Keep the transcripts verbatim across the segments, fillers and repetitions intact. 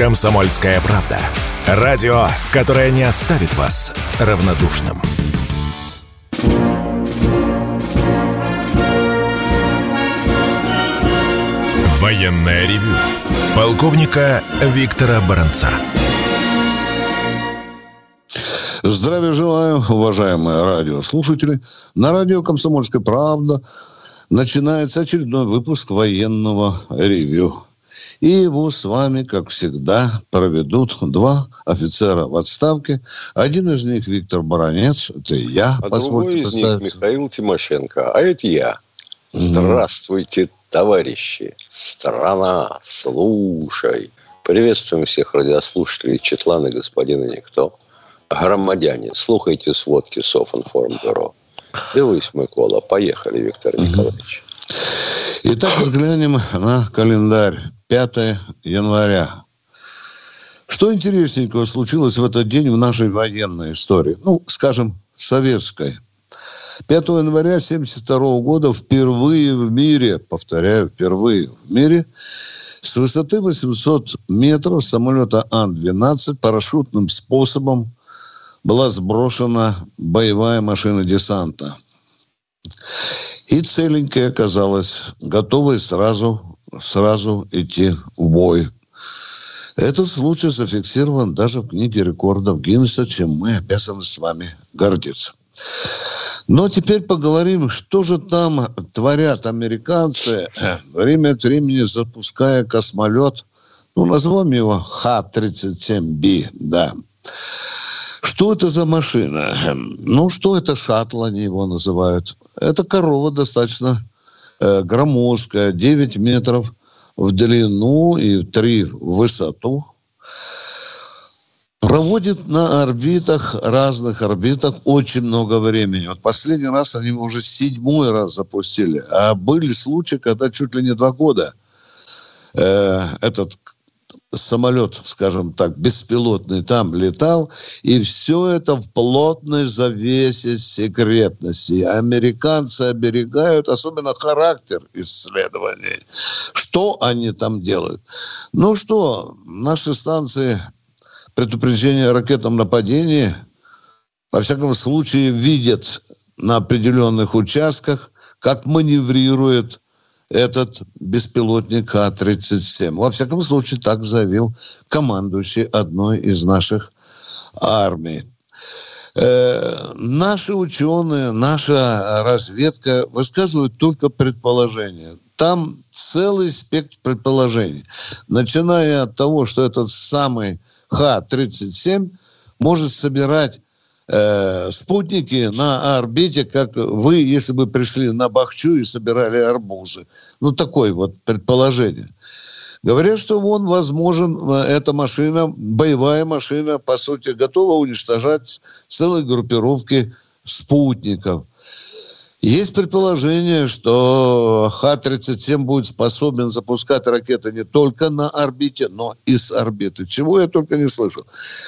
«Комсомольская правда». Радио, которое не оставит вас равнодушным. Военное ревю полковника Виктора Баранца. Здравия желаю, уважаемые радиослушатели. На радио «Комсомольская правда» начинается очередной выпуск военного ревью. И его с вами, как всегда, проведут два офицера в отставке. Один из них Виктор Баранец, это я. А другой из них Михаил Тимошенко, а это я. Здравствуйте, товарищи. Страна, слушай. Приветствуем всех радиослушателей Четлана, господина Никто. Громадяне, слухайте сводки Софинформбюро. Дивись, Микола. Поехали, Виктор Николаевич. Итак, взглянем на календарь. пятое января. Что интересненького случилось в этот день в нашей военной истории? Ну, скажем, советской. пятого января тысяча девятьсот семьдесят второго года впервые в мире, повторяю, впервые в мире, с высоты восемьсот метров самолета Ан двенадцать парашютным способом была сброшена боевая машина десанта. И целенькая оказалась, готовой сразу, сразу идти в бой. Этот случай зафиксирован даже в книге рекордов Гиннесса, чем мы обязаны с вами гордиться. Но теперь поговорим, что же там творят американцы, время от времени запуская космолет, ну, назовем его Х тридцать семь Би, да. Что это за машина? Ну, что это шаттл, они его называют. Это корова достаточно э, громоздкая, девять метров в длину и три в высоту. Проводит на орбитах, разных орбитах очень много времени. Вот последний раз они его уже седьмой раз запустили. А были случаи, когда чуть ли не два года э, этот самолет, скажем так, беспилотный там летал, и все это в плотной завесе секретности. Американцы оберегают, особенно характер исследований. Что они там делают? Ну что, наши станции предупреждения о ракетном нападении, во всяком случае, видят на определенных участках, как маневрирует этот беспилотник Х тридцать семь. Во всяком случае, так заявил командующий одной из наших армий. Э, наши ученые, наша разведка высказывают только предположения. Там целый спектр предположений. Начиная от того, что этот самый Х тридцать семь может собирать э, спутники на орбите, как вы, если бы пришли на Бахчу и собирали арбузы. Ну, такое вот предположение. Говорят, что он возможен, эта машина, боевая машина, по сути, готова уничтожать целые группировки спутников. Есть предположение, что Х тридцать семь будет способен запускать ракеты не только на орбите, но и с орбиты. Чего я только не слышал.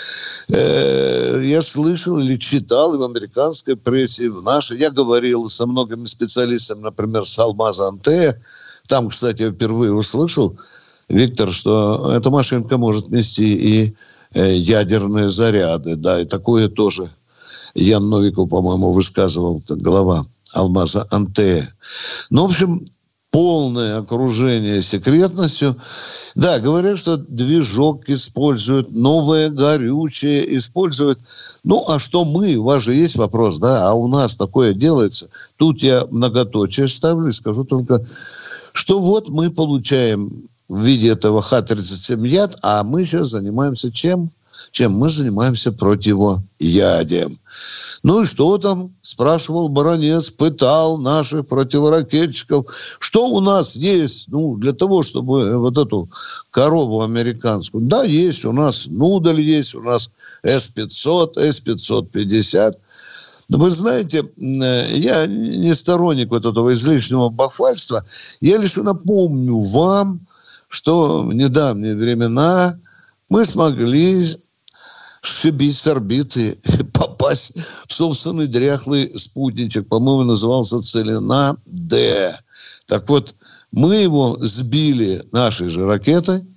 Я слышал или читал и в американской прессе, и в нашей. Я говорил со многими специалистами, например, с Алмаза Антея. Там, кстати, я впервые услышал, Виктор, что эта машинка может нести и ядерные заряды. Да, и такое тоже Ян Новиков, по-моему, высказывал, глава Алмаза Антея. Ну, в общем, полное окружение секретностью. Да, говорят, что движок используют, новое горючее используют. Ну, а что мы? У вас же есть вопрос, да? А у нас такое делается? Тут я многоточие ставлю и скажу только, что вот мы получаем в виде этого Х тридцать семь яд, а мы сейчас занимаемся чем? Чем мы занимаемся противоядием. Ну и что там, спрашивал Баранец, пытал наших противоракетчиков. Что у нас есть, ну, для того, чтобы вот эту корову американскую? Да, есть, у нас Нудель есть, у нас С пятьсот, С пятьсот пятьдесят. Вы знаете, я не сторонник вот этого излишнего бахвальства. Я лишь напомню вам, что в недавние времена мы смогли сшибить с орбиты, попасть в собственный дряхлый спутничек, по-моему, назывался Целина-Д. Так вот, мы его сбили нашей же ракетой,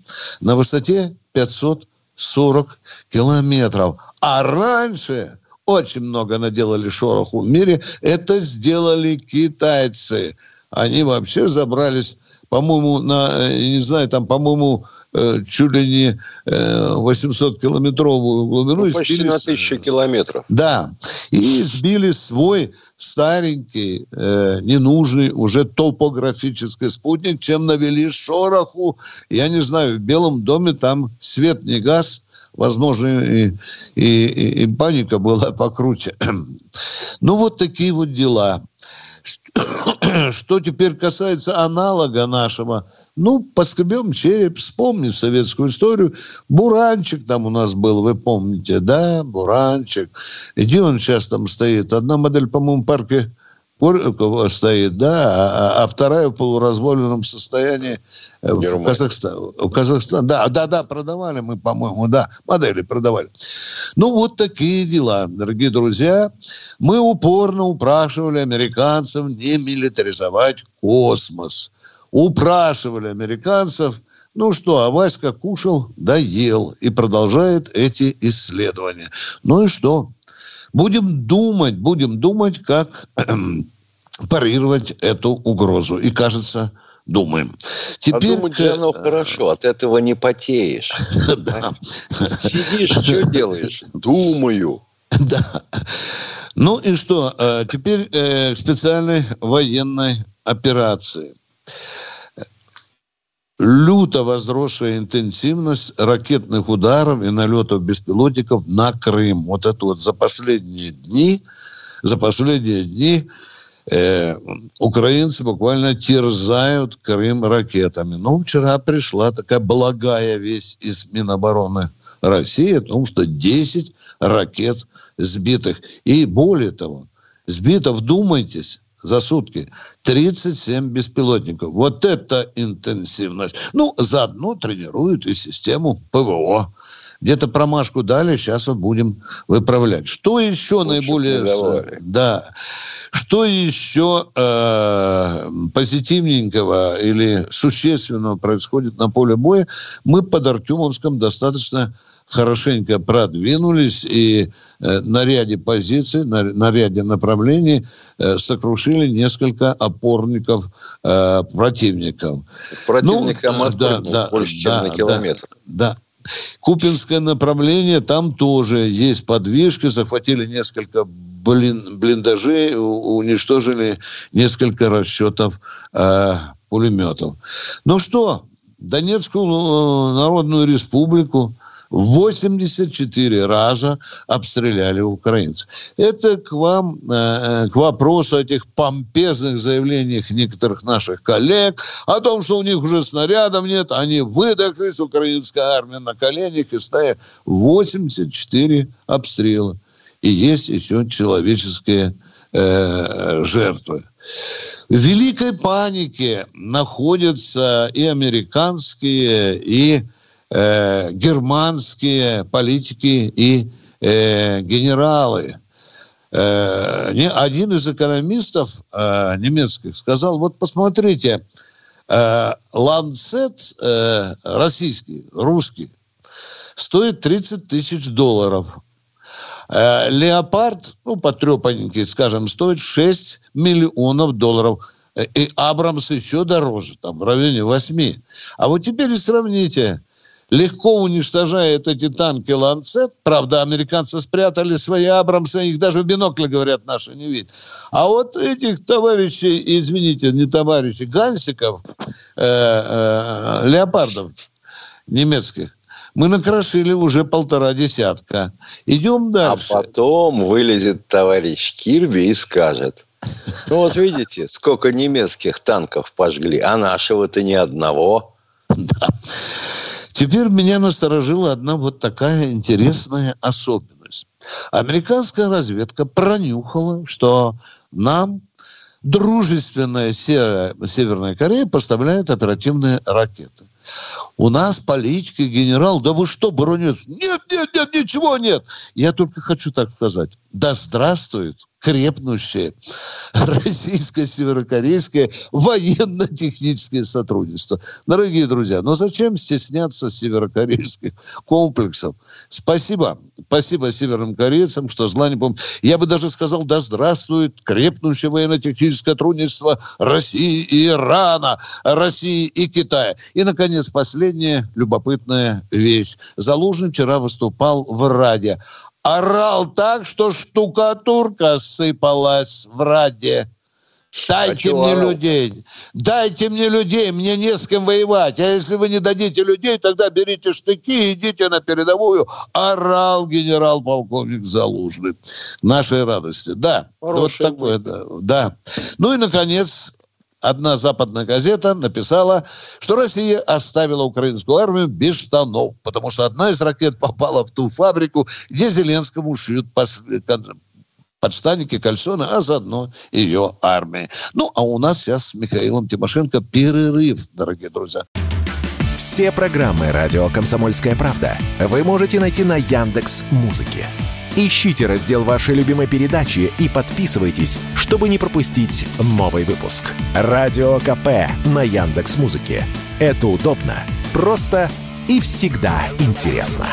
на высоте пятьсот сорок километров. А раньше очень много наделали шороху в мире. Это сделали китайцы. Они вообще забрались, по-моему, на, не знаю, там, по-моему, чуть ли не восьмисоткилометровую глубину. Ну, почти сбили... на тысячу километров. Да. И сбили свой старенький, э, ненужный уже топографический спутник, чем навели шороху. Я не знаю, в Белом доме там свет не гас. Возможно, и, и, и, и паника была покруче. Ну, вот такие вот дела. Что теперь касается аналога нашего, ну, поскребем череп, вспомним советскую историю. Буранчик там у нас был, вы помните, да, Буранчик. Где он сейчас там стоит? Одна модель, по-моему, в парке Горького стоит, да, а, а вторая в полуразваленном состоянии в Казахстане. В Казахстане. Да, да, да, продавали мы, по-моему, да, модели продавали. Ну, вот такие дела, дорогие друзья. Мы упорно упрашивали американцев не милитаризовать космос. Упрашивали американцев. Ну что, а Васька кушал, да ел и продолжает эти исследования. Ну и что? Будем думать, будем думать, как парировать эту угрозу. И, кажется, думаем. Теперь... А думать же оно хорошо, от этого не потеешь. Сидишь, что делаешь? Думаю. Да. Ну и что? Теперь к специальной военной операции. Люто возросшая интенсивность ракетных ударов и налетов беспилотников на Крым. Вот это вот за последние дни, за последние дни э, украинцы буквально терзают Крым ракетами. Но вчера пришла такая благая весть из Минобороны России о том, что десять ракет сбитых. И более того, сбито, вдумайтесь, за сутки тридцать семь беспилотников. Вот это интенсивность. Ну, заодно тренируют и систему ПВО. Где-то промашку дали, сейчас вот будем выправлять. Что еще лучше наиболее... Да. Что еще э, позитивненького или существенного происходит на поле боя? Мы под Артемовском достаточно хорошенько продвинулись и э, на ряде позиций, на, на ряде направлений э, сокрушили несколько опорников э, противников. Противника ну, да, да, больше, да, чем на километр. Да, да. Купинское направление, там тоже есть подвижки, захватили несколько блин, блиндажей, уничтожили несколько расчетов э, пулеметов. Ну что, Донецкую Народную Республику восемьдесят четыре раза обстреляли украинцы. Это к вам, э, к вопросу о этих помпезных заявлениях некоторых наших коллег о том, что у них уже снарядов нет, они выдохлись, украинская армия на коленях и стоят. восемьдесят четыре обстрела. И есть еще человеческие э, жертвы. В великой панике находятся и американские, и Э, германские политики и э, генералы. Э, не, один из экономистов э, немецких сказал, вот посмотрите, э, Ланцет э, российский, русский, стоит тридцать тысяч долларов. Э, Леопард, ну, потрепанненький, скажем, стоит шесть миллионов долларов. И Абрамс еще дороже, там, в районе восьми. А вот теперь сравните. Легко уничтожает эти танки «Ланцет». Правда, американцы спрятали свои «Абрамсы», их даже в бинокле, говорят, наши не видят. А вот этих товарищей, извините, не товарищей, гансиков, э, э, леопардов немецких, мы накрошили уже полтора десятка. Идем дальше. А потом вылезет товарищ Кирби и скажет, ну вот видите, сколько немецких танков пожгли, а нашего-то ни одного. Да. Теперь меня насторожила одна вот такая интересная особенность. Американская разведка пронюхала, что нам дружественная Северная Корея поставляет оперативные ракеты. У нас политики, генерал, да вы что, бронец? Нет, нет, нет, ничего нет. Я только хочу так сказать. Да здравствует крепнущее российско-северокорейское военно-техническое сотрудничество. Дорогие друзья, но зачем стесняться северокорейских комплексов? Спасибо. Спасибо северным корейцам, что зла не помнят. Я бы даже сказал, да здравствует крепнущее военно-техническое сотрудничество России и Ирана, России и Китая. И, наконец, последняя любопытная вещь. Залужный вчера выступал в Раде. Орал так, что штукатурка сыпалась в Раде. Дайте а мне орал? людей. Дайте мне людей, мне не с кем воевать. А если вы не дадите людей, тогда берите штыки и идите на передовую. Орал генерал-полковник Залужный. К нашей радости. Да, Хорошая вот такое, да, да. Ну и, наконец, одна западная газета написала, что Россия оставила украинскую армию без штанов, потому что одна из ракет попала в ту фабрику, где Зеленскому шьют подштанники, кальсоны, а заодно ее армии. Ну, а у нас сейчас с Михаилом Тимошенко перерыв, дорогие друзья. Все программы «Радио Комсомольская правда» вы можете найти на Яндекс.Музыке. Ищите раздел вашей любимой передачи и подписывайтесь, чтобы не пропустить новый выпуск. Радио КП на Яндекс.Музыке. Это удобно, просто и всегда интересно.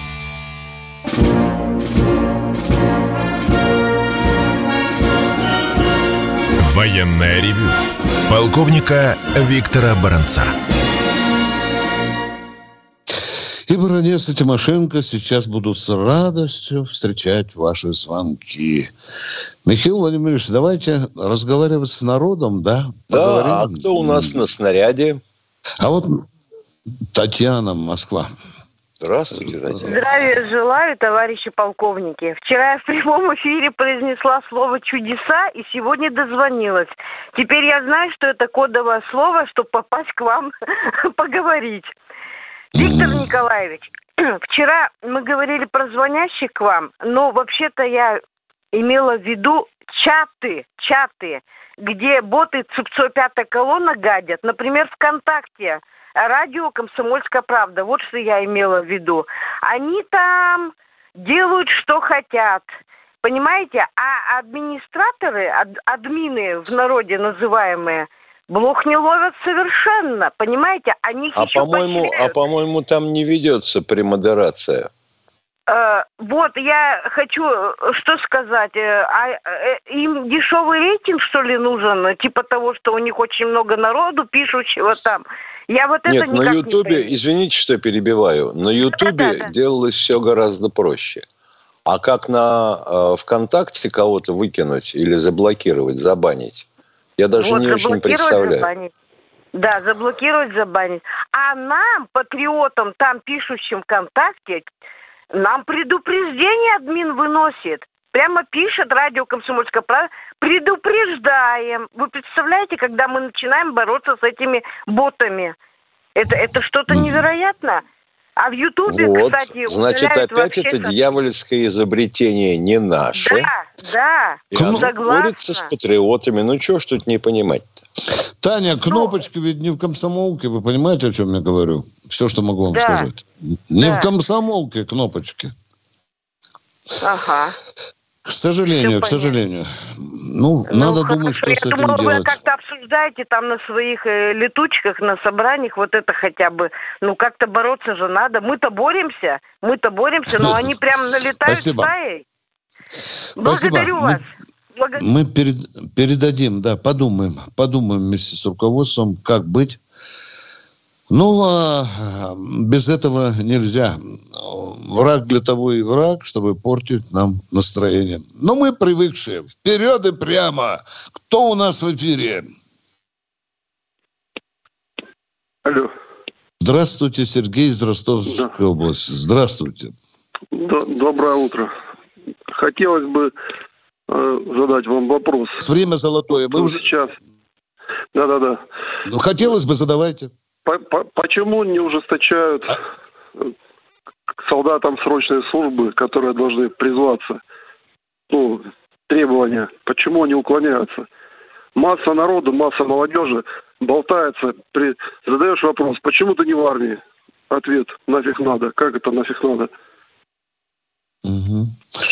Военное ревю полковника Виктора Баранца. И Баранец, и Тимошенко сейчас будут с радостью встречать ваши звонки. Михаил Владимирович, давайте разговаривать с народом, да? Да, поговорим. А кто у нас на снаряде? А вот Татьяна, Москва. Здравствуйте, Татьяна. Здравия желаю, товарищи полковники. Вчера я в прямом эфире произнесла слово «чудеса» и сегодня дозвонилась. Теперь я знаю, что это кодовое слово, чтобы попасть к вам поговорить. Виктор Николаевич, вчера мы говорили про звонящих к вам, но вообще-то я имела в виду чаты, чаты, где боты ЦИПЦО «Пятая колонна» гадят. Например, ВКонтакте. Радио «Комсомольская правда». Вот что я имела в виду. Они там делают, что хотят. Понимаете? А администраторы, ад, админы в народе называемые, блох не ловят совершенно. Понимаете? Они а, по-моему, а, по-моему, там не ведется премодерация. Э, вот, я хочу что сказать. Э, а, э, им дешевый рейтинг, что ли, нужен? Типа того, что у них очень много народу, пишущего там. Я вот Нет, это на Ютубе, не извините, что перебиваю, на Ютубе да, да, да. делалось все гораздо проще. А как на э, ВКонтакте кого-то выкинуть или заблокировать, забанить, я даже вот, не очень представляю. Забанить. Да, заблокировать, забанить. А нам, патриотам, там пишущим ВКонтакте, нам предупреждение админ выносит. Прямо пишет радио «Комсомольская правда». Предупреждаем. Вы представляете, когда мы начинаем бороться с этими ботами? Это, это что-то невероятное. А в Ютубе, вот, кстати, значит, опять это со... дьявольское изобретение не наше. Да, да. И оно борется с патриотами. Ну, чего ж тут не понимать-то? Таня, кнопочка ну, ведь не в комсомолке. Вы понимаете, о чем я говорю? Все, что могу вам да. сказать. Не да. в комсомолке кнопочки. Ага. К сожалению, Все к сожалению. Ну, ну надо хорошо. думать, что я с этим думала, делать. Вы как-то обсуждаете там на своих э, летучках, на собраниях, вот это хотя бы. Ну, как-то бороться же надо. Мы-то боремся, мы-то боремся, но они прям налетают стаей. Благодарю вас. Мы, мы перед, передадим, да, подумаем, подумаем вместе с руководством, как быть. Ну, а без этого нельзя. Враг для того и враг, чтобы портить нам настроение. Но мы привыкшие. Вперед и прямо. Кто у нас в эфире? Алло. Здравствуйте, Сергей из Ростовской да. области. Здравствуйте. Доброе утро. Хотелось бы э, задать вам вопрос. Время золотое. Мы уже сейчас. Да-да-да. Ну, хотелось бы, задавайте. Почему не ужесточают к солдатам срочной службы, которые должны призваться, ну, требования? Почему они уклоняются? Масса народу, масса молодежи болтается. При... Задаешь вопрос, почему ты не в армии? Ответ, нафиг надо. Как это нафиг надо? Угу.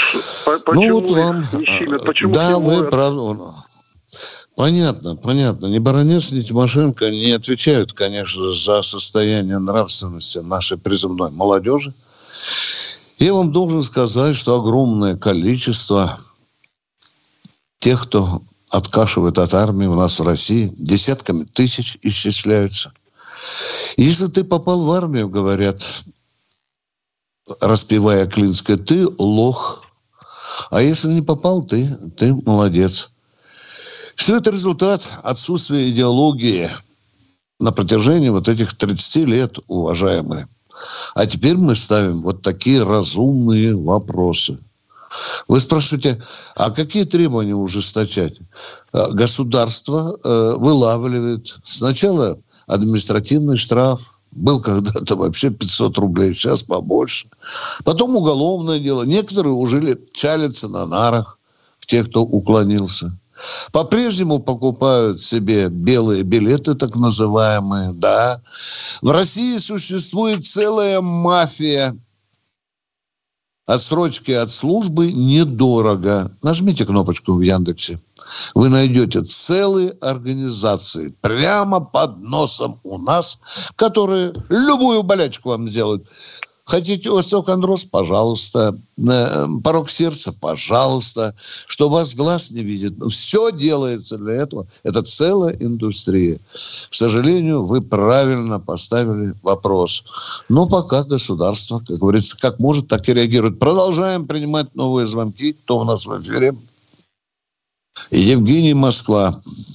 Почему ну, вот вам... не щемят? Почему да, вы это... правы. Понятно, понятно. Ни Баранец, ни Тимошенко не отвечают, конечно, за состояние нравственности нашей призывной молодежи. Я вам должен сказать, что огромное количество тех, кто откашивает от армии у нас в России, десятками тысяч исчисляются. Если ты попал в армию, говорят, распевая Клинское, ты лох. А если не попал, ты, ты молодец. Все это результат отсутствия идеологии на протяжении вот этих тридцати лет, уважаемые. А теперь мы ставим вот такие разумные вопросы. Вы спрашиваете, а какие требования ужесточать? Государство э, вылавливает сначала административный штраф, был когда-то вообще пятьсот рублей, сейчас побольше. Потом уголовное дело. Некоторые уже чалятся на нарах, тех, кто уклонился. По-прежнему покупают себе белые билеты, так называемые, да. В России существует целая мафия. Отсрочки от службы недорого. Нажмите кнопочку в Яндексе. Вы найдете целые организации прямо под носом у нас, которые любую болячку вам сделают. Хотите остеохондроз? Пожалуйста. Порок сердца? Пожалуйста. Что вас глаз не видит. Все делается для этого. Это целая индустрия. К сожалению, вы правильно поставили вопрос. Но пока государство, как говорится, как может, так и реагирует. Продолжаем принимать новые звонки. Кто у нас в эфире? Евгений, Москва.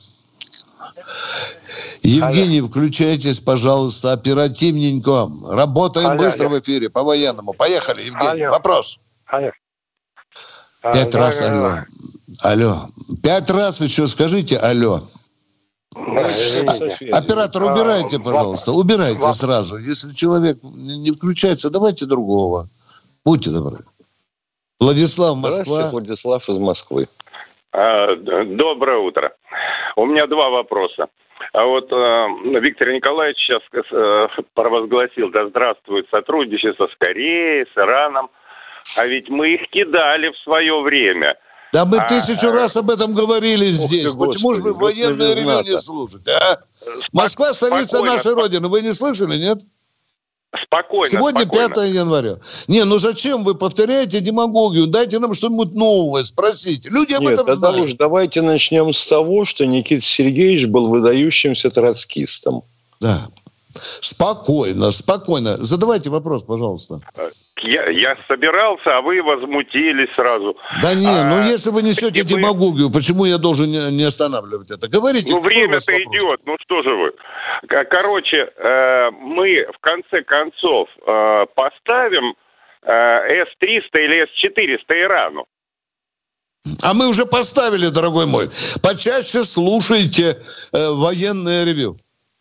Евгений, алло. Включайтесь, пожалуйста, оперативненько. Работаем алло, быстро алло. В эфире, по-военному. Поехали, Евгений. Алло. Вопрос. Алло. Пять а, раз да, алло. Алло. Пять раз еще скажите алло. Да, а, оператор, убирайте, пожалуйста. Убирайте Вопрос. Сразу. Если человек не включается, давайте другого. Будьте добры. Владислав, Москва. Здравствуйте, Владислав из Москвы. А, доброе утро. У меня два вопроса. А вот э, Виктор Николаевич сейчас э, провозгласил, да здравствует сотрудничество с Кореей, с Ираном. А ведь мы их кидали в свое время. Да мы а, тысячу а, раз об этом говорили здесь. Почему же вы военное ревю не слушаете? А? Москва столица спокойно, нашей спок... Родины. Вы не слышали, нет? Спокойно, Сегодня спокойно. пятое января. Не, ну зачем вы повторяете демагогию? Дайте нам что-нибудь новое, спросите. Люди об Нет, этом знают. Уж давайте начнем с того, что Никита Сергеевич был выдающимся троцкистом. Да. Спокойно, спокойно. Задавайте вопрос, пожалуйста. Я, я собирался, а вы возмутились сразу. Да не, а, ну если вы несете демагогию, вы... почему я должен не, не останавливать это? Говорите. Ну время-то идет, ну что же вы. Короче, э, мы в конце концов э, поставим э, эс триста или эс четыреста Ирану. А мы уже поставили, дорогой мой. Почаще слушайте э, военное ревю.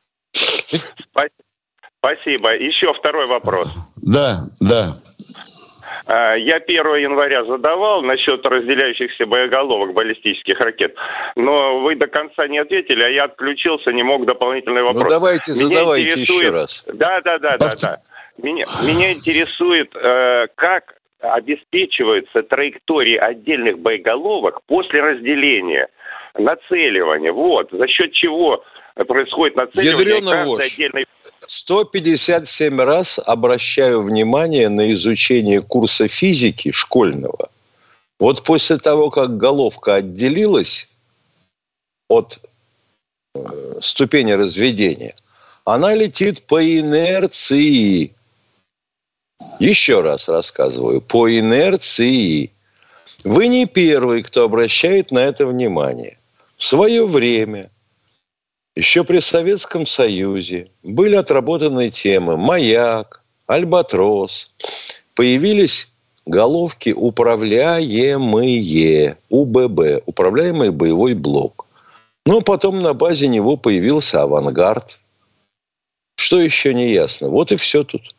Спасибо. Еще второй вопрос. Да, да. Я первого января задавал насчет разделяющихся боеголовок баллистических ракет, но вы до конца не ответили, а я отключился, не мог дополнительный вопрос. Ну давайте, меня задавайте интересует... еще раз. Да, да, да, да, да. Меня, меня интересует, э, как обеспечиваются траектории отдельных боеголовок после разделения, нацеливания. Вот, за счет чего происходит нацеливание каждой отдельной... сто пятьдесят семь раз обращаю внимание на изучение курса физики школьного. Вот после того, как головка отделилась от э, ступени разведения, она летит по инерции. Еще раз рассказываю. По инерции. Вы не первый, кто обращает на это внимание. В свое время... Еще при Советском Союзе были отработаны темы «Маяк», «Альбатрос». Появились головки управляемые, У Б Б, управляемый боевой блок. Но потом на базе него появился «Авангард». Что еще не ясно? Вот и все тут.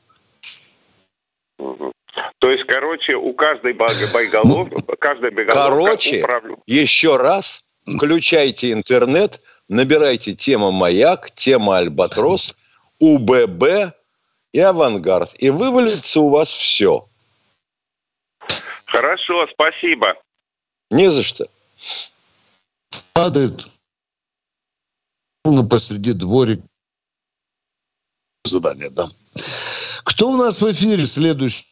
То есть, короче, у каждой боеголовки... Короче, управля... еще раз включайте интернет, набирайте тема «Маяк», тема «Альбатрос», У Б Б и «Авангард». И вывалится у вас все. Хорошо. Хорошо, спасибо. Не за что. Падает посреди дворика. Задание, да. Кто у нас в эфире следующий?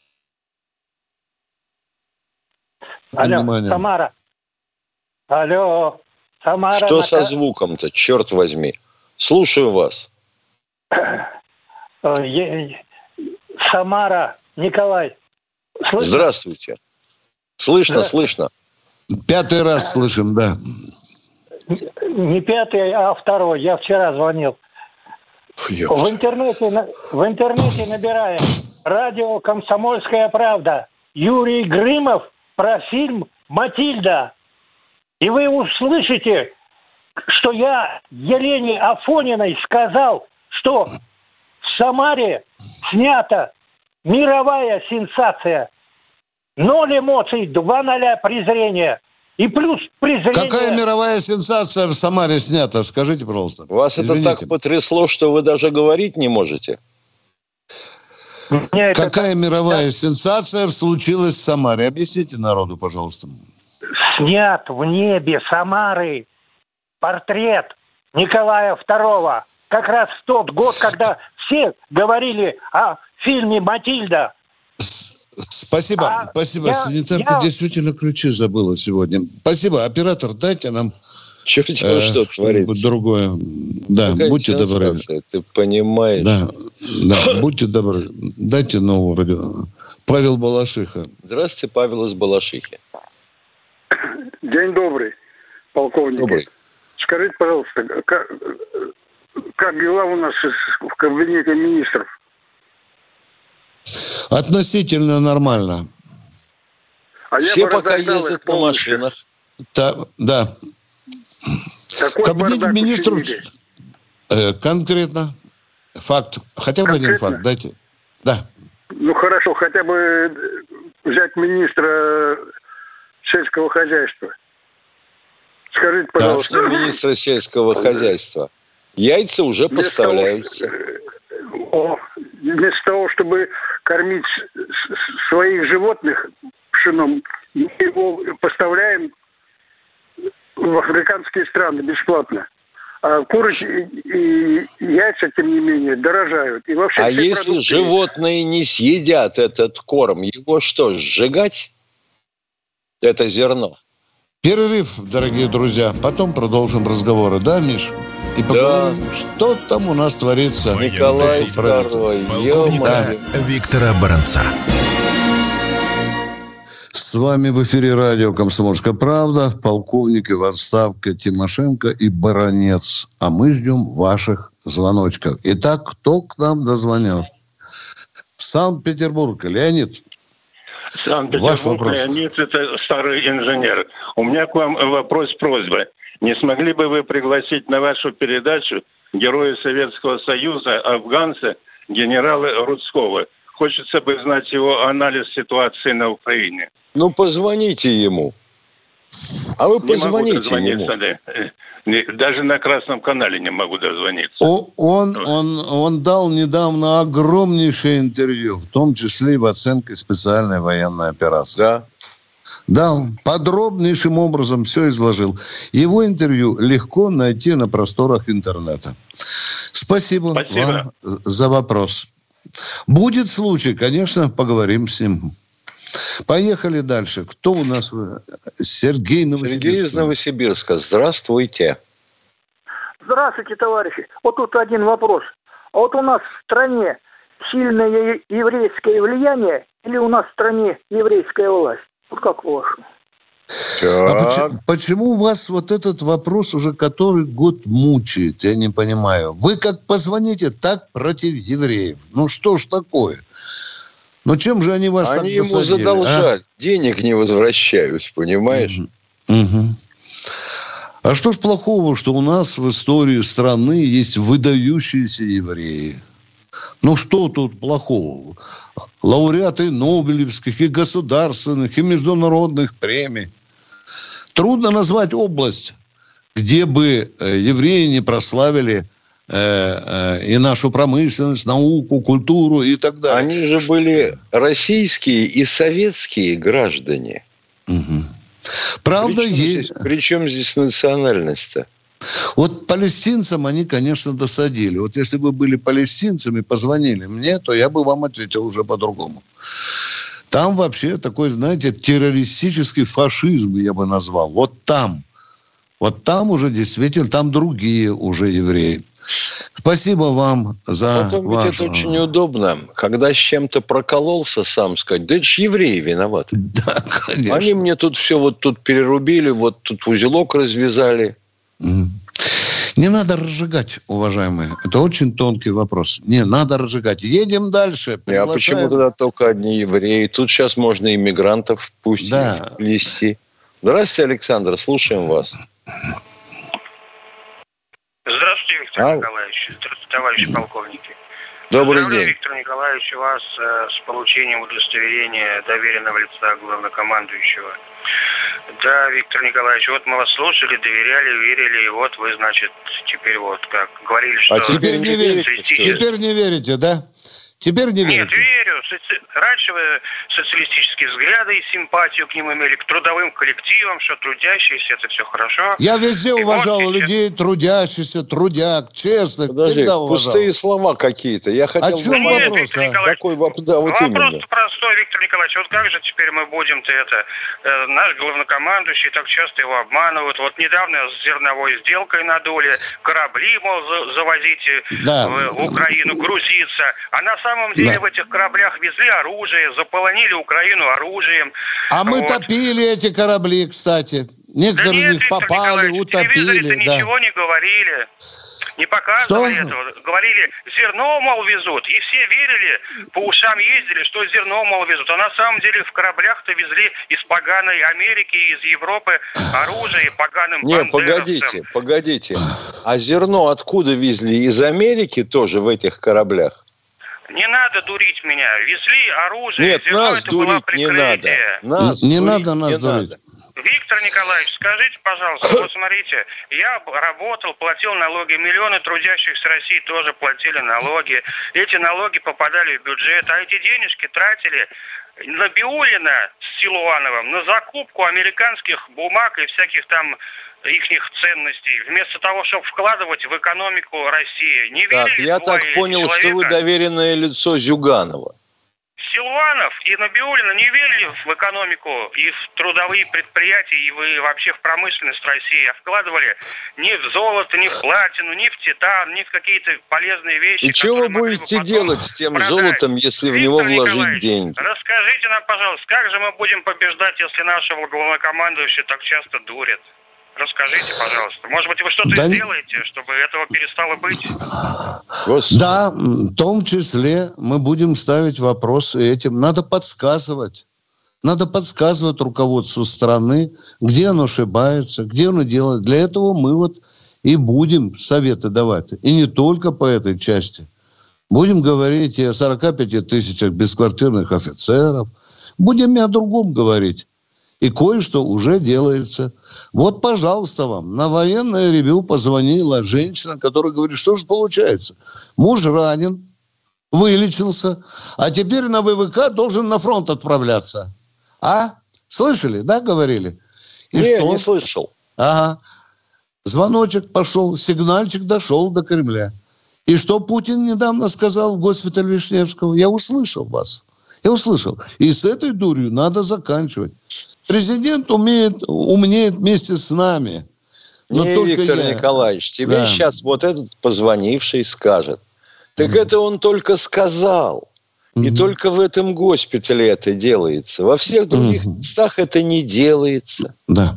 Алло, Внимание. Самара. Алло, Самара. Что Ната... со звуком-то, черт возьми? Слушаю вас. Самара, Николай. Слышно? Здравствуйте. Слышно, Да. слышно. Пятый раз слышим, да. Не пятый, а второй. Я вчера звонил. В интернете, на- в интернете набираем радио «Комсомольская правда». Юрий Грымов про фильм «Матильда». И вы услышите, что я Елене Афониной сказал, что в Самаре снята мировая сенсация. Ноль эмоций, два ноля презрения. И плюс презрение... Какая мировая сенсация в Самаре снята? Скажите, пожалуйста. Вас Извините. это так потрясло, что вы даже говорить не можете? Мне это Какая мировая сенсация случилась в Самаре? Объясните народу, пожалуйста. снят в небе Самары портрет Николая второго. Как раз в тот год, когда все говорили о фильме «Матильда». С- Спасибо, А спасибо. я- Санитарка я- действительно ключи забыла сегодня. Спасибо. Оператор, дайте нам Черт его э, что что-нибудь творится. другое. Да, Какая будьте добры. сенсация, ты понимаешь? Да, да, будьте добры. Дайте нового радио. Павел Балашиха. Здравствуйте, Павел из Балашихи. День добрый, полковник. Добрый. Скажите, пожалуйста, как, как дела у нас в кабинете министров? Относительно нормально. А Все я бы пока разогнал их ездят на полностью. машинах. Та- да. Такой Кабинет бардак министров учинили. э, конкретно факт. Хотя бы один Конкретно? факт дайте. Да. Ну хорошо, хотя бы взять министра сельского хозяйства. Скажите, пожалуйста. Что министра сельского хозяйства? Яйца уже Вместо поставляются. того, ш- О, вместо того, чтобы кормить с- с- своих животных пшеном, мы его поставляем в африканские страны бесплатно. А куры и, и яйца, тем не менее, дорожают. И вообще А все если продукты- животные не съедят этот корм, его что, сжигать? Это зерно. Перерыв, дорогие друзья. Потом продолжим разговоры. Да, Миш? И поговорим, что там у нас творится. Николай в правительстве. второй. Полковника Ё-моё. Виктора Баранца. С вами в эфире радио «Комсомольская правда», полковник в отставке Тимошенко и Баранец. А мы ждем ваших звоночков. Итак, кто к нам дозвонил? Санкт-Петербург. Леонид. Ваш Санкт-Петербург, вопрос. Леонид, это старый инженер. У меня к вам вопрос-просьба. Не смогли бы вы пригласить на вашу передачу героя Советского Союза, афганца, генерала Рудского? Хочется бы знать его анализ ситуации на Украине. Ну, позвоните ему. А вы Не могу позвоните дозвониться, ему. да. Не- Даже на Красном канале не могу дозвониться. О- Он, он, он дал недавно огромнейшее интервью, в том числе и в оценке специальной военной операции. Да. Дал, подробнейшим образом все изложил. Его интервью легко найти на просторах интернета. Спасибо, Спасибо. вам за вопрос. Будет случай, конечно, поговорим с ним. Поехали дальше. Кто у нас? Сергей Новосибирск. Сергей из Новосибирска. Здравствуйте. Здравствуйте, товарищи. Вот тут один вопрос. А вот у нас в стране сильное еврейское влияние или у нас в стране еврейская власть? Вот как по-вашему? А почему, почему вас вот этот вопрос уже который год мучает? Я не понимаю. Вы как позвоните, так против евреев. Ну что ж такое? Ну чем же они вас Они так ему досадили, задолжать. Денег не возвращают, понимаешь? а? Угу. А что ж плохого, что у нас в истории страны есть выдающиеся евреи? Ну что тут плохого? Лауреаты Нобелевских и государственных, и международных премий. Трудно назвать область, где бы евреи не прославили э, э, и нашу промышленность, науку, культуру и так далее. Они же были российские и советские граждане. Угу. Правда, причем есть. Здесь, причем здесь национальность-то? Вот палестинцам они, конечно, досадили. Вот если бы были палестинцами, позвонили мне, то я бы вам ответил уже по-другому. Там вообще такой, знаете, террористический фашизм, я бы назвал. Вот там. Вот там уже действительно, там другие уже евреи. Спасибо вам за Потом вашу... ведь это очень удобно, когда с чем-то прокололся, сам сказать, да это ж евреи виноваты. Да, конечно. Они мне тут все вот тут перерубили, вот тут узелок развязали. Не надо разжигать, уважаемые. Это очень тонкий вопрос. Не надо разжигать. Едем дальше. Приглашаем. А почему тогда только одни евреи? Тут сейчас можно иммигрантов пусть да. ввести. Здравствуйте, Александр, слушаем вас. Здравствуйте, Виктор а? Николаевич. Здравствуйте, товарищи полковники. Добрый Поздравляю, день. Виктор Николаевич, вас э, с получением удостоверения доверенного лица главнокомандующего. Да, Виктор Николаевич, вот мы вас слушали, доверяли, верили, и вот вы, значит, теперь вот как говорили, что... А теперь не верите, теперь не верите, да? Теперь не верите. Нет, верю. Раньше вы социалистические взгляды и симпатию к ним имели, к трудовым коллективам, что трудящиеся, это все хорошо. Я везде и уважал вот людей, сейчас... трудящихся, трудяг, честных. Подожди, пустые слова какие-то. Я хотел... О чем ну, вопрос, нет, а? Какой вопрос? Да, вот вопрос именно. простой, Виктор Николаевич. Вот как же теперь мы будем-то это... Э, наш главнокомандующий так часто его обманывают. Вот недавно с зерновой сделкой надули, корабли, мол, за, завозите да. в, в Украину, грузиться. А на самом деле да. в этих кораблях везли оружие, заполонили Украину оружием. А вот. мы топили эти корабли, кстати. Некоторые да из них попали, утопили. Да. Да. Ничего не говорили. Не показывали что? этого. Говорили, зерно, мол, везут. И все верили, по ушам ездили, что зерно, мол, везут. А на самом деле в кораблях-то везли из поганой Америки, из Европы оружие поганым Не, бандеровцам. погодите, погодите. А зерно откуда везли? Из Америки тоже в этих кораблях? Не надо дурить меня. Везли оружие. Нет, зерно, нас это дурить не надо. Нас не дурить надо нас не дурить. Надо. Виктор Николаевич, скажите, пожалуйста, вот смотрите, я работал, платил налоги, миллионы трудящихся России тоже платили налоги. Эти налоги попадали в бюджет, а эти денежки тратили на Биулина с Силуановым, на закупку американских бумаг и всяких там ихних ценностей, вместо того, чтобы вкладывать в экономику России. Не так, я так понял, человека? Что вы доверенное лицо Зюганова. Силуанов и Набиуллина не верили в экономику и в трудовые предприятия, и вы вообще в промышленность России, а вкладывали не в золото, не в платину, не в титан, не в какие-то полезные вещи. И что вы будете делать с тем продать? Золотом, если Виктор в него вложить деньги? Расскажите нам, пожалуйста, как же мы будем побеждать, если нашего главнокомандующего так часто дурят? Расскажите, пожалуйста. Может быть, вы что-то да... сделаете, чтобы этого перестало быть? Господи. Да, в том числе мы будем ставить вопросы этим. Надо подсказывать. Надо подсказывать руководству страны, где оно ошибается, где оно делает. Для этого мы вот и будем советы давать. И не только по этой части. Будем говорить и о сорока пяти тысячах бесквартирных офицеров. Будем и о другом говорить. И кое-что уже делается. Вот, пожалуйста, вам. На военное ревью позвонила женщина, которая говорит, что же получается? Муж ранен, вылечился, а теперь на ВВК должен на фронт отправляться. А? Слышали, да, говорили? И не, что? не слышал. Ага. Звоночек пошел, сигнальчик дошел до Кремля. И что Путин недавно сказал в госпиталь Вишневского? Я услышал вас. Я услышал. И с этой дурью надо заканчивать. Президент умеет, умнеет вместе с нами. Но не, только Виктор я. Николаевич, тебе да. сейчас вот этот позвонивший скажет. Так mm-hmm. это он только сказал. Mm-hmm. И только в этом госпитале это делается. Во всех других mm-hmm. местах это не делается. Да.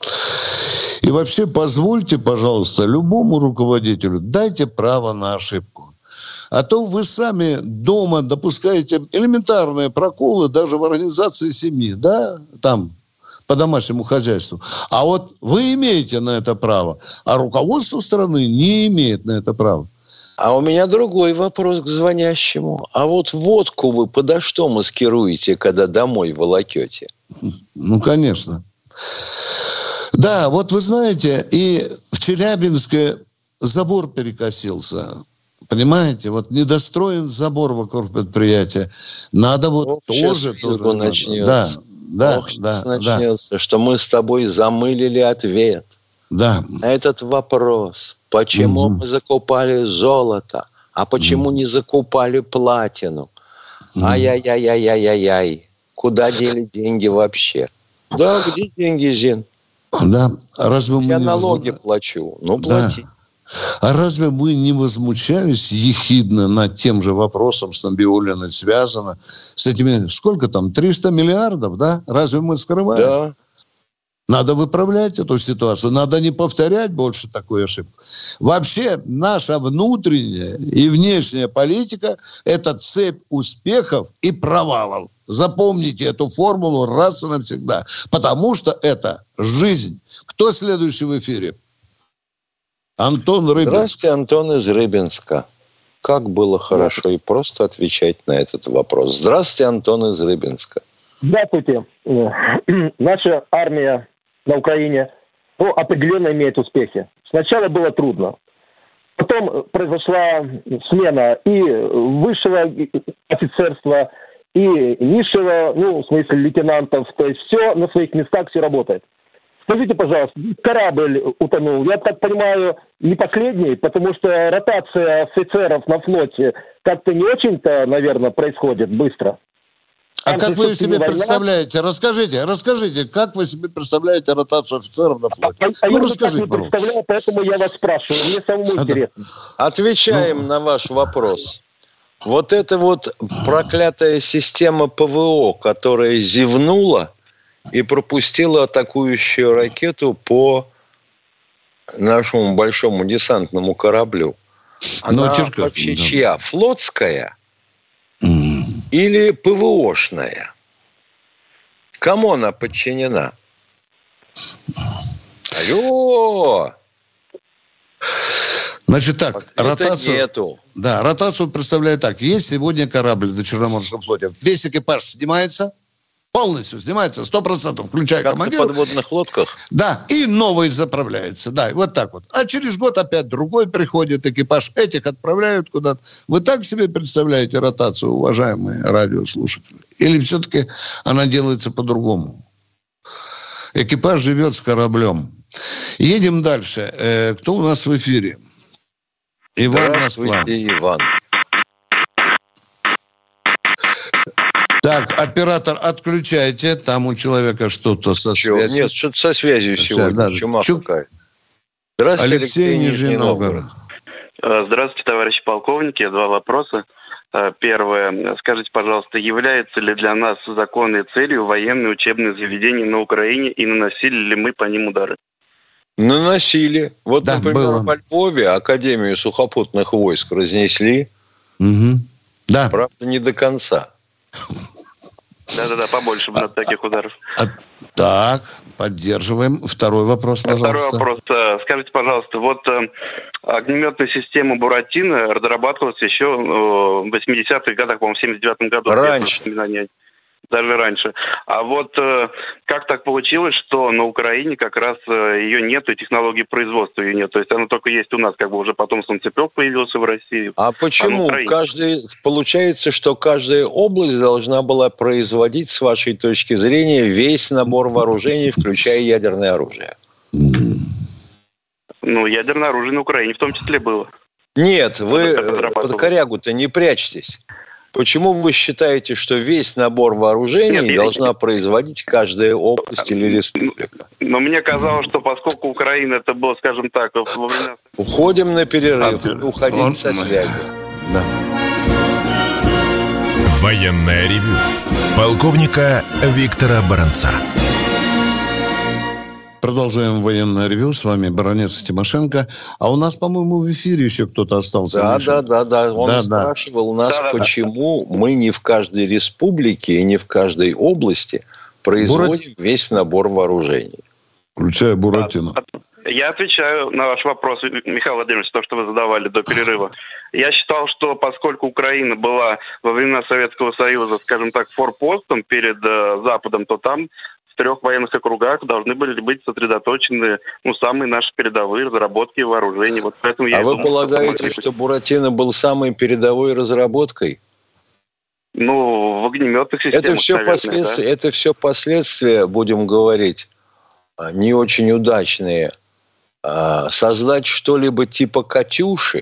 И вообще позвольте, пожалуйста, любому руководителю, дайте право на ошибку. А то вы сами дома допускаете элементарные проколы даже в организации семьи, да, там, по домашнему хозяйству. А вот вы имеете на это право, а руководство страны не имеет на это права. А у меня другой вопрос к звонящему. А вот водку вы подо что маскируете, когда домой волокете? Ну, конечно. Да, вот вы знаете, и в Челябинске забор перекосился. Понимаете, вот недостроен забор вокруг предприятия. Надо вот О, тоже... тоже начнется. да, да, Ох, да, начнется, да. что мы с тобой замылили ответ да. на этот вопрос. Почему угу. мы закупали золото, а почему угу. не закупали платину? Угу. Ай-яй-яй-яй-яй-яй. Куда дели деньги вообще? Да, где деньги, Зин? Да, разве мы Я не налоги возму... плачу. Ну, плати. Да. А разве вы не возмущались ехидно над тем же вопросом с Набиуллиной связано? С этими, сколько там, триста миллиардов, да? Разве мы скрываем? Да. Надо выправлять эту ситуацию. Надо не повторять больше такую ошибку. Вообще, наша внутренняя и внешняя политика – это цепь успехов и провалов. Запомните эту формулу раз и навсегда. Потому что это жизнь. Кто следующий в эфире? Антон Рыбинск. Здравствуйте, Антон из Рыбинска. Как было хорошо и просто отвечать на этот вопрос. Здравствуйте, Антон из Рыбинска. Здравствуйте. Наша армия на Украине ну, определенно имеет успехи. Сначала было трудно. Потом произошла смена и высшего офицерства, и низшего, ну, в смысле лейтенантов. То есть все на своих местах, все работает. Скажите, пожалуйста, корабль утонул, я так понимаю, не последний, потому что ротация офицеров на флоте как-то не очень-то, наверное, происходит быстро. А как вы себе представляете? Расскажите, расскажите, как вы себе представляете ротацию офицеров на флоте? А, ну, а я расскажите, так не представляю, поэтому я вас спрашиваю. Мне самому интересно. Отвечаем ну... на ваш вопрос. Вот эта вот проклятая система ПВО, которая зевнула и пропустила атакующую ракету по нашему большому десантному кораблю. Она ну, Черков, вообще да. чья? Флотская или ПВОшная? Кому она подчинена? Алло! Значит так, вот ротацию, нету. Да, ротацию представляю так. Есть сегодня корабль на Черноморском флоте. Весь экипаж снимается, полностью снимается, сто процентов, включая как командира. на подводных лодках? Да, и новый заправляется. Да, вот так вот. А через год опять другой приходит экипаж. Этих отправляют куда-то. Вы так себе представляете ротацию, уважаемые радиослушатели? Или все-таки она делается по-другому? Экипаж живет с кораблем. Едем дальше. Э, кто у нас в эфире? Иван, Москва. Иван. Так, оператор, отключайте. Там у человека что-то со Чего? связью. Нет, что-то со связью сегодня. Да, Чума Чу... какая. Здравствуйте, Алексей, Алексей Нижний Новгород. Здравствуйте, товарищи полковники. Два вопроса. Первое. Скажите, пожалуйста, является ли для нас законной целью военные учебные заведения на Украине и наносили ли мы по ним удары? Наносили. Вот, да, например, было. во Львове Академию сухопутных войск разнесли. Угу. Да. Правда, не до конца. Да-да-да, побольше бы таких ударов. А, так, поддерживаем. Второй вопрос, пожалуйста. Второй вопрос. Скажите, пожалуйста, вот э, огнеметная система Буратино разрабатывалась еще э, в восьмидесятых годах, по-моему, в семьдесят девятом году. Раньше. Даже раньше. А вот э, как так получилось, что на Украине как раз э, ее нет, и технологии производства ее нет. То есть она только есть у нас, как бы уже потом солнцепек появился в России. А почему? А Каждый, получается, что каждая область должна была производить, с вашей точки зрения, весь набор вооружений, включая ядерное оружие. Ну, ядерное оружие на Украине в том числе было. Нет, вы под корягу-то не прячьтесь. Почему вы считаете, что весь набор вооружений Нет, должна я... производить каждая область или республика? Но мне казалось, что поскольку Украина это было, скажем так, во времена... Уходим на перерыв, а, уходить он... со связи. Да. Военное ревю полковника Виктора Баранца. Продолжаем военное ревю. С вами баронец Тимошенко. А у нас, по-моему, в эфире еще кто-то остался. Да, да, да, да. Он да, спрашивал да. нас, да, почему да. мы не в каждой республике и не в каждой области производим Бурат... весь набор вооружений. Включая Буратино. Я отвечаю на ваш вопрос, Михаил Владимирович, то, что вы задавали до перерыва. Я считал, что поскольку Украина была во времена Советского Союза, скажем так, форпостом перед э, Западом, то там в трех военных округах должны были быть сосредоточены ну, самые наши передовые разработки вооружений. Вот поэтому я а вы думаю, полагаете, что, что Буратино был самой передовой разработкой? Ну, в огнеметных системах, это все наверное, последствия, да? это все последствия, будем говорить, не очень удачные. Создать что-либо типа «Катюши»,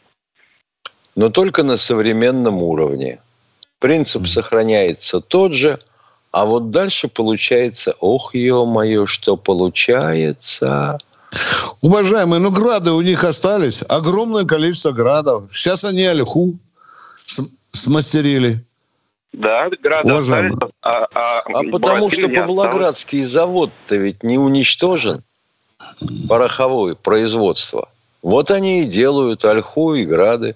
но только на современном уровне. Принцип сохраняется тот же, а вот дальше получается, ох, ё-моё, что получается. Уважаемые, ну грады у них остались. Огромное количество градов. Сейчас они ольху с- смастерили. Да, грады Уважаемые. остались, а, а, А потому Буратино что не осталось. Павлоградский завод-то ведь не уничтожен, пороховое производство. Вот они и делают ольху и грады.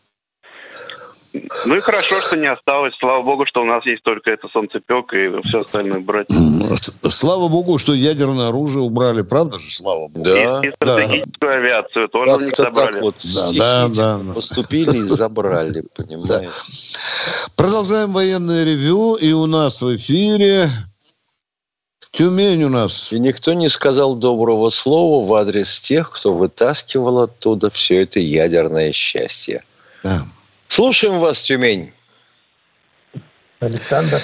Ну и хорошо, что не осталось. Слава богу, что у нас есть только это солнцепек и все остальное брать. Слава богу, что ядерное оружие убрали, правда же? Слава богу. Да. И стратегическую авиацию тоже у них Как-то забрали. так вот Да, да, да, да. поступили и забрали, понимаете? Продолжаем военное ревю, и у нас в эфире Тюмень у нас. И никто не сказал доброго слова в адрес тех, кто вытаскивал оттуда все это ядерное счастье. Да. Слушаем вас, Тюмень. Александр.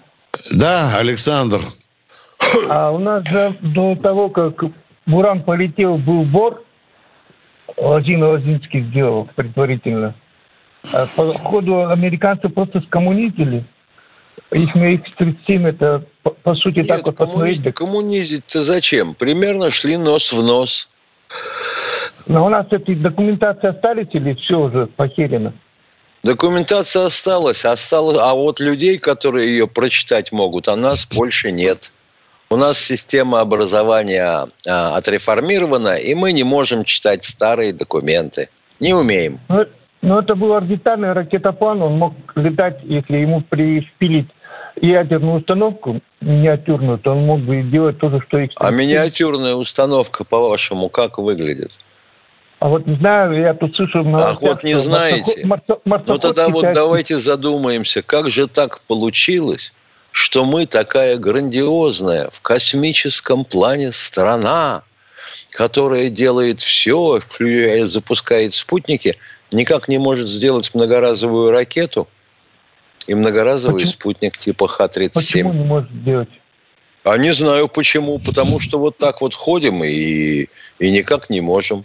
Да, Александр. А у нас же до того, как Буран полетел, был Бор. Владимир Лозинский сделал предварительно. А по ходу американцы просто скоммунизили. Их на икс тридцать семь это, по, по сути, Нет, так вот посмотреть. коммунизить, коммунизить-то зачем? Примерно шли нос в нос. Но у нас эти документации остались или все уже похерено? Документация осталась, осталось, а вот людей, которые ее прочитать могут, а нас больше нет. У нас система образования а, отреформирована, и мы не можем читать старые документы. Не умеем. Ну, ну, это был орбитальный ракетоплан, он мог летать, если ему пришпилить ядерную установку миниатюрную, то он мог бы делать то же, что икс тридцать семь. А миниатюрная установка, по-вашему, как выглядит? А вот не знаю, я тут слышу... Ах, вот не знаете. Марсоход, марсоход, Ну тогда вот китайский. давайте задумаемся, как же так получилось, что мы такая грандиозная в космическом плане страна, которая делает все, включая, запускает спутники, никак не может сделать многоразовую ракету и многоразовый Почему? спутник типа Х тридцать семь. Почему не может сделать? А не знаю почему, потому что вот так вот ходим и, и никак не можем.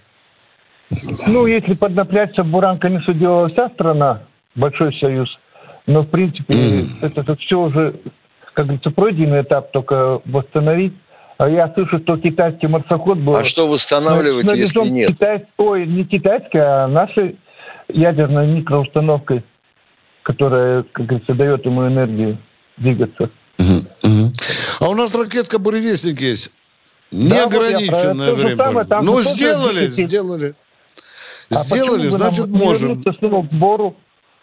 Ну, если поднапрячься, Буран, конечно, делала вся страна, Большой Союз, но, в принципе, mm. это, это все уже, как говорится, пройденный этап, только восстановить. А я слышу, что китайский марсоход был... А что восстанавливать, если нет? Китай... Ой, не китайский, а нашей ядерной микроустановкой, которая, как говорится, дает ему энергию двигаться. Mm-hmm. А у нас ракетка «Буревестник» есть. Неограниченное да, вот время. Самое, там ну, же сделали, тоже сделали. А Сделали, значит, можем. Снова к Бору?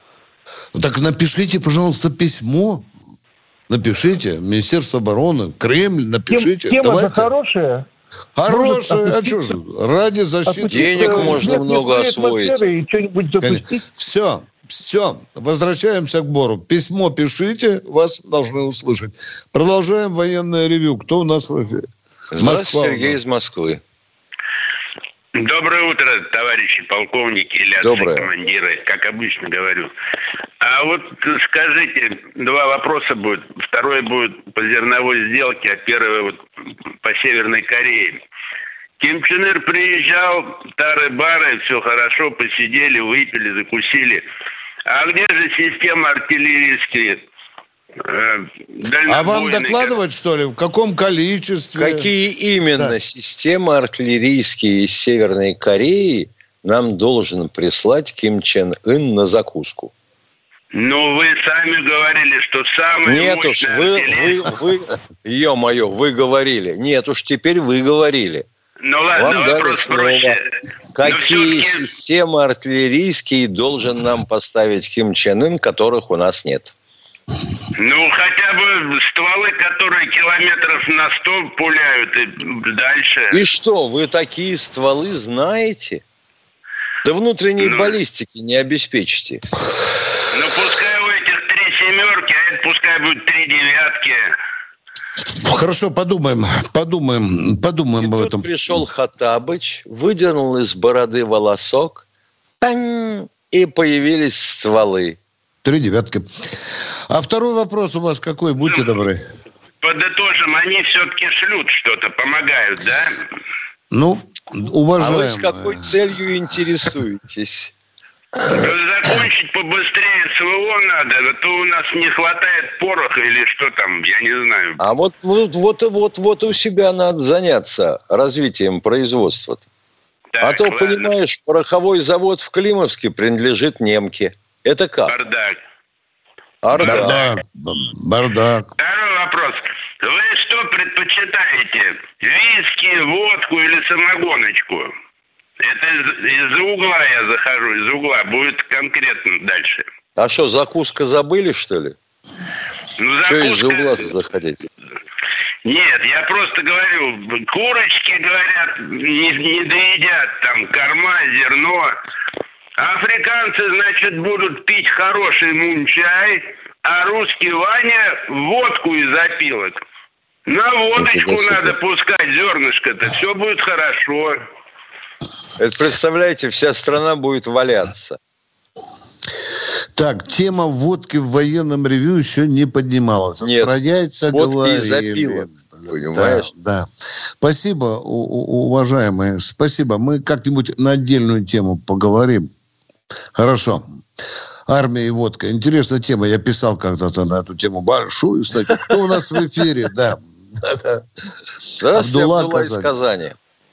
Так напишите, пожалуйста, письмо. Напишите. Министерство обороны, Кремль, напишите. Тема Давайте. же хорошая. Хорошая. А что же? Ради защиты. Денег можно много освоить. И что-нибудь запустить. Все. Все, возвращаемся к Бору. Письмо пишите, вас должны услышать. Продолжаем военное ревью. Кто у нас в эфире? Здравствуйте, Сергей из Москвы. Доброе утро, товарищи полковники или отцы командиры, как обычно говорю. А вот скажите, два вопроса будет. Второй будет по зерновой сделке, а первый вот по Северной Корее. Ким Чен Ир приезжал, тары-бары, все хорошо, посидели, выпили, закусили. А где же система артиллерийские? Э, а вам докладывать, что ли? В каком количестве? Какие именно да. системы артиллерийские из Северной Кореи нам должен прислать Ким Чен Ын на закуску? Ну, вы сами говорили, что самое Нет уж, вы, вы, вы, ё-моё, вы говорили. Нет уж, теперь вы говорили. Ну ладно, вам вопрос проще. Какие системы артиллерийские должен нам поставить Ким Чен Ын, которых у нас нет? Ну, хотя бы стволы, которые километров на сто пуляют и дальше. И что, вы такие стволы знаете? Да внутренней ну, баллистики не обеспечите. Ну, пускай у этих три семерки, а это пускай будет три девятки. Хорошо, подумаем, подумаем, подумаем и об тут этом. Пришел Хоттабыч, выдернул из бороды волосок, и появились стволы. Три девятки. А второй вопрос у вас какой? Будьте добры. Подытожим, они все-таки шлют что-то, помогают, да? Ну, уважаемые... А вы с какой целью интересуетесь? Закончить побыстрее СВО надо, а то у нас не хватает пороха или что там, я не знаю. А вот, вот, вот, вот, вот у себя надо заняться развитием производства-то. Так, а то, ладно. Понимаешь, пороховой завод в Климовске принадлежит немке. Это как? Бардак. Бардак. Бардак. Второй вопрос. Вы что предпочитаете? Виски, водку или самогоночку? Это из- из-за угла я захожу, из-за угла. Будет конкретно дальше. А что, закуска забыли, что ли? Ну, что закуска... из-за угла-то заходить? Нет, я просто говорю, курочки, говорят, не, не доедят там корма, зерно. Африканцы, значит, будут пить хороший мунчай, а русский Ваня водку из опилок. На водочку надо пускать зернышко-то, все будет хорошо. Это, представляете, вся страна будет валяться. Так, тема водки в военном ревью еще не поднималась. Нет, про яйца водки говорили. из опилок, понимаешь? Да, да. Спасибо, у- у- уважаемые, спасибо. Мы как-нибудь на отдельную тему поговорим. Хорошо. Армия и водка. Интересная тема. Я писал когда-то на эту тему большую статью. Кто у нас в эфире? Да. Здравствуйте, Абдулла из Казани.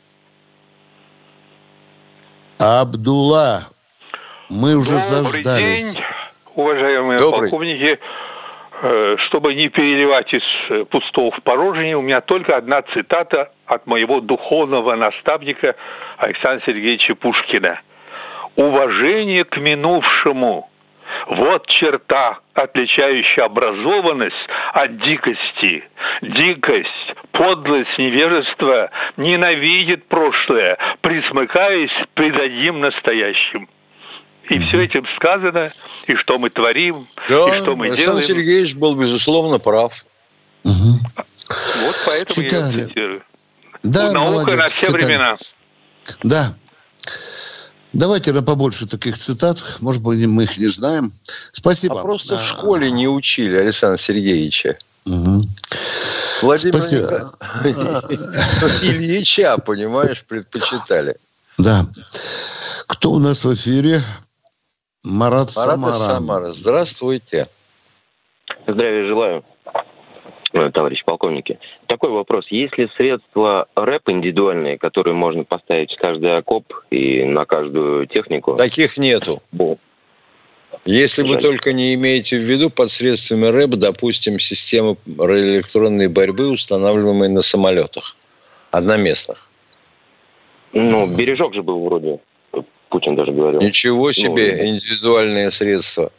Абдулла, мы уже Добрый заждались. день, уважаемые Добрый. полковники. Э, Чтобы не переливать из э, пустого в порожнее, у меня только одна цитата от моего духовного наставника Александра Сергеевича Пушкина. «Уважение к минувшему – вот черта, отличающая образованность от дикости. Дикость, подлость, невежество ненавидит прошлое, присмыкаясь предадим настоящим». И все этим сказано, и что мы творим, Да, и что мы Александр делаем. Сергеевич был, безусловно, прав. Вот поэтому я Читали. его цитирую. Да, Наука молодец, на все читали. времена. Да. Давайте на побольше таких цитат. Может быть, мы их не знаем. Спасибо. А просто в школе не учили Александра Сергеевича. Угу. Владимира Спасибо. Николаевича Ильича, понимаешь, предпочитали. Да. Кто у нас в эфире? Марат, Марат Самара. из Самары. Здравствуйте. Здравия желаю, э, товарищи полковники. Такой вопрос. Есть ли средства рэп индивидуальные, которые можно поставить в каждый окоп и на каждую технику? Таких нету. Бо. Если вы Жаль. только не имеете в виду под средствами рэп, допустим, системы радиоэлектронной борьбы, устанавливаемые на самолетах. Одноместных. Ну, бережок же был вроде. Путин даже говорил. Ничего себе, Ну, индивидуальные средства.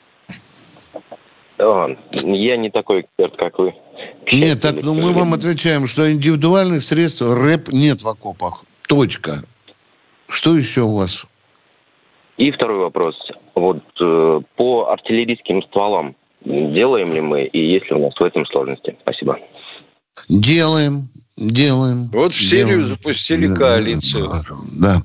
а, я не такой эксперт, как вы. Нет, так, ну мы вам отвечаем, что индивидуальных средств рэп нет в окопах. Точка. Что еще у вас? И второй вопрос. Вот э, по артиллерийским стволам делаем ли мы, и есть ли у нас в этом сложности? Спасибо. Делаем, делаем. Вот в Сирию делаем. запустили коалицию. Да.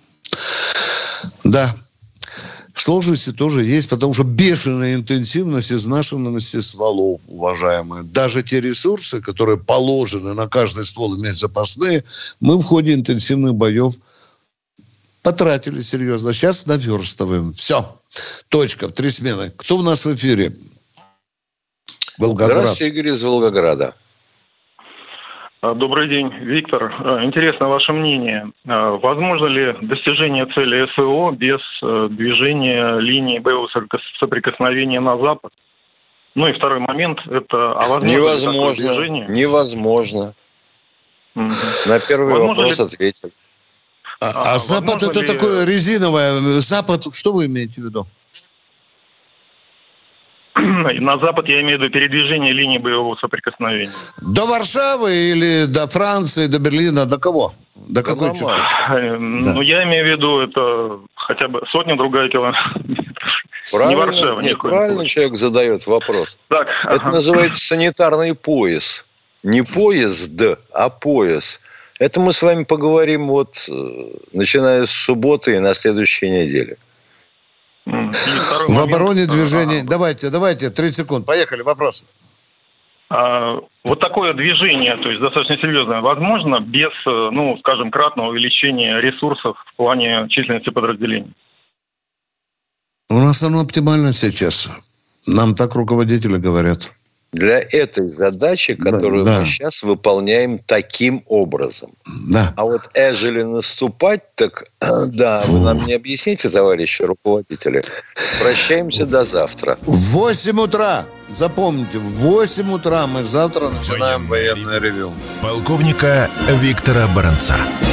Да. Сложности тоже есть, потому что бешеная интенсивность изнашенности стволов, уважаемые. Даже те ресурсы, которые положены на каждый ствол иметь запасные, мы в ходе интенсивных боев потратили серьезно. Сейчас наверстываем. Все. Точка. В три смены. Кто у нас в эфире? Волгоград. Здравствуйте, Игорь из Волгограда. Добрый день, Виктор. Интересно ваше мнение. Возможно ли достижение цели СВО без движения линии боевого соприкосновения на Запад? Ну и второй момент – это а возможно Невозможно. ли такое движение? Невозможно. Угу. На первый Возможно вопрос ли- ответил. А, а А Запад возможно это ли- такое резиновое. Запад, что вы имеете в виду? На Запад я имею в виду передвижение линии боевого соприкосновения. До Варшавы или до Франции, до Берлина, до кого? До какой чуть? Э, Ну, я имею в виду, это хотя бы сотня, другая километров. Не Правильно, Варшава, ни нет, в коем правильно случае. человек задает вопрос. Так, Это ага. называется санитарный пояс. Не поезд, а пояс. Это мы с вами поговорим вот, э, начиная с субботы и на следующей неделе. В обороне движения... Давайте, давайте, тридцать секунд. Поехали, вопросы. А, вот такое движение, то есть достаточно серьезное, возможно без, ну, скажем, кратного увеличения ресурсов в плане численности подразделений? У нас оно оптимально сейчас. Нам так руководители говорят. Для этой задачи, которую да, мы да. сейчас выполняем таким образом. Да. А вот ежели наступать, так да, вы нам не объясните, товарищи руководители. Прощаемся до завтра. В восемь утра. Запомните, в восемь утра мы завтра начинаем военное ревю. Полковника Виктора Баранца.